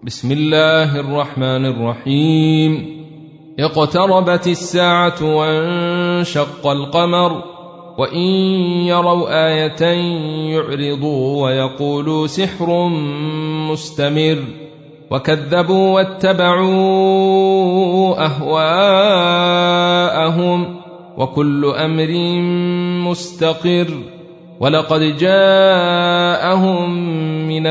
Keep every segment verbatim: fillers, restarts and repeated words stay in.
بسم الله الرحمن الرحيم. اقتربت الساعة وانشق القمر وإن يروا آية يعرضوا ويقولوا سحر مستمر وكذبوا واتبعوا أهواءهم وكل أمر مستقر ولقد جاءهم من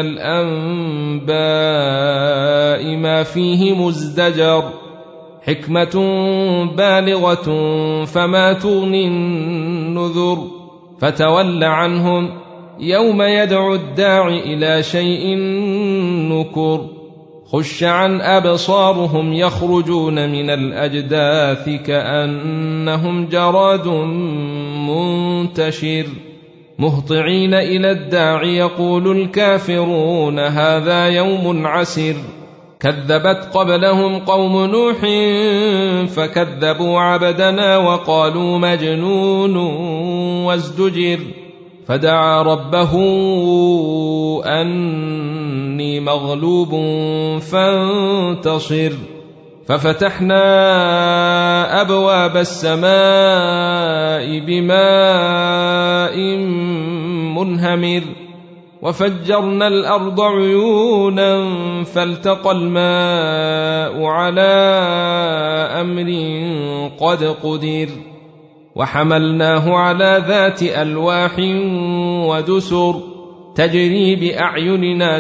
الأنباء ما فيه مزدجر حكمة بالغة فما تغني النذر فتول عنهم يوم يدعو الداع إلى شيء نكر خش عن أبصارهم يخرجون من الأجداث كأنهم جراد منتشر مهطعين إلى الداع يقول الكافرون هذا يوم عسر كذبت قبلهم قوم نوح فكذبوا عبدنا وقالوا مجنون وازدجر فدعا ربه أني مغلوب فانتصر ففتحنا أبواب السماء بماء منهمر وفجرنا الأرض عيونا فالتقى الماء على أمر قد قدر وحملناه على ذات ألواح ودسر تجري بأعيننا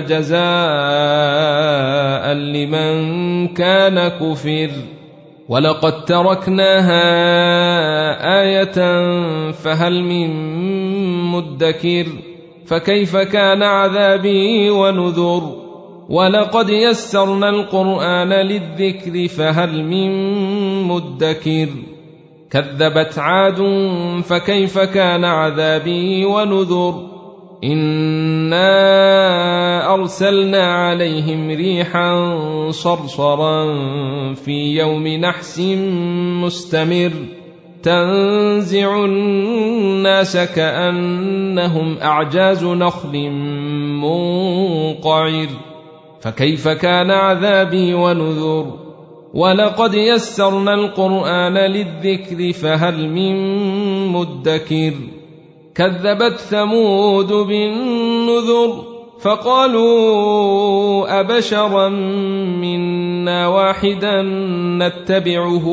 جزاء لمن كان كفر ولقد تركناها آية فهل من مدكر فكيف كان عذابي ونذر ولقد يسرنا القرآن للذكر فهل من مدكر كذبت عاد فكيف كان عذابي ونذر إنا أرسلنا عليهم ريحا صرصرا في يوم نحس مستمر تنزع الناس كأنهم أعجاز نخل منقعر فكيف كان عذابي ونذر ولقد يسرنا القرآن للذكر فهل من مدكر كذبت ثمود بالنذر فقالوا أبشرا منا واحدا نتبعه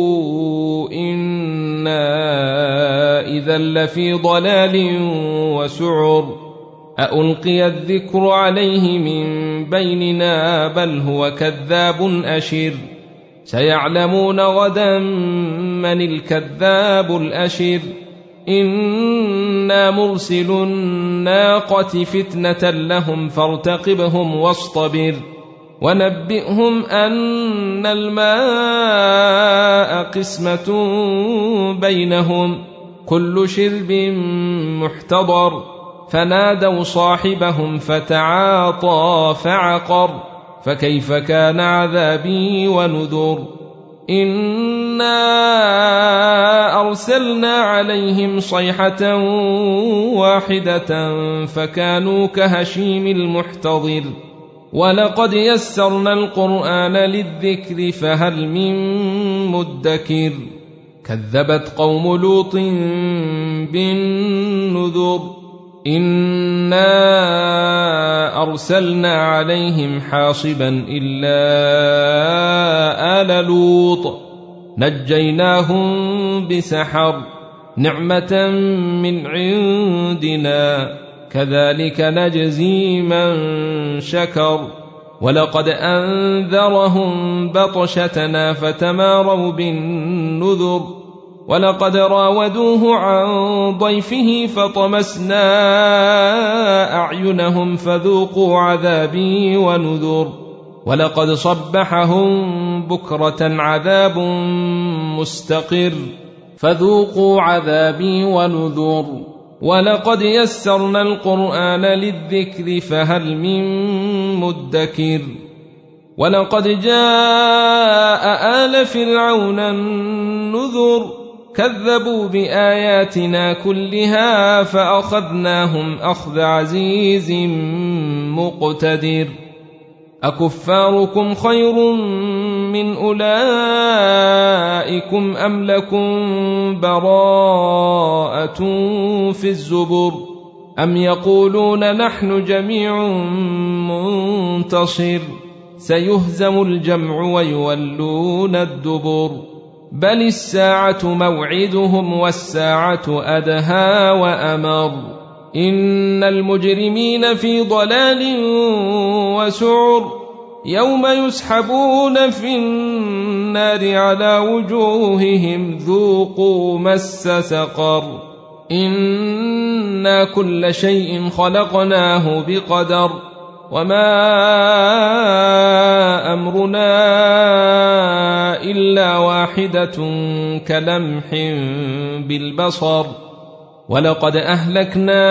إنا إذا لفي ضلال وسعر أألقي الذكر عليه من بيننا بل هو كذاب أشر سيعلمون غدا من الكذاب الأشر إنا مرسل الناقة فتنة لهم فارتقبهم واصطبر ونبئهم أن الماء قسمة بينهم كل شرب محتضر فنادوا صاحبهم فتعاطى فعقر فكيف كان عذابي ونذر إنا أرسلنا عليهم صيحة واحدة فكانوا كهشيم المحتضر ولقد يسرنا القرآن للذكر فهل من مدكر كذبت قوم لوط بالنذر إنا أرسلنا عليهم حاصبا إلا آل لوط نجيناهم بسحر نعمة من عندنا كذلك نجزي من شكر ولقد أنذرهم بطشتنا فتماروا بالنذر ولقد راودوه عن ضيفه فطمسنا أعينهم فذوقوا عذابي ونذر ولقد صبحهم بكرة عذاب مستقر فذوقوا عذابي ونذر ولقد يسرنا القرآن للذكر فهل من مدكر ولقد جاء آل فرعون النذر كذبوا بآياتنا كلها فأخذناهم أخذ عزيز مقتدر أكفاركم خير من أولئكم أم لكم براءة في الزبر أم يقولون نحن جميع منتصر سيهزم الجمع ويولون الدبر بل الساعة موعدهم والساعة أدهى وأمر إن المجرمين في ضلال وسعر يوم يسحبون في النار على وجوههم ذوقوا مس سقر إنا كل شيء خلقناه بقدر وما أمرنا إلا واحدة كلمح بالبصر ولقد أهلكنا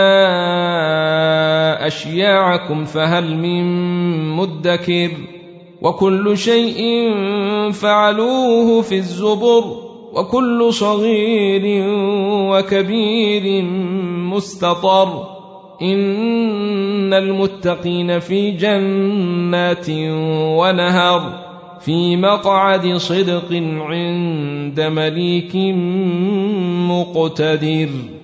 أشياعكم فهل من مدكر وكل شيء فعلوه في الزبر وكل صغير وكبير مستطر إن المتقين في جنات ونهر في مقعد صدق عند مليك مقتدر.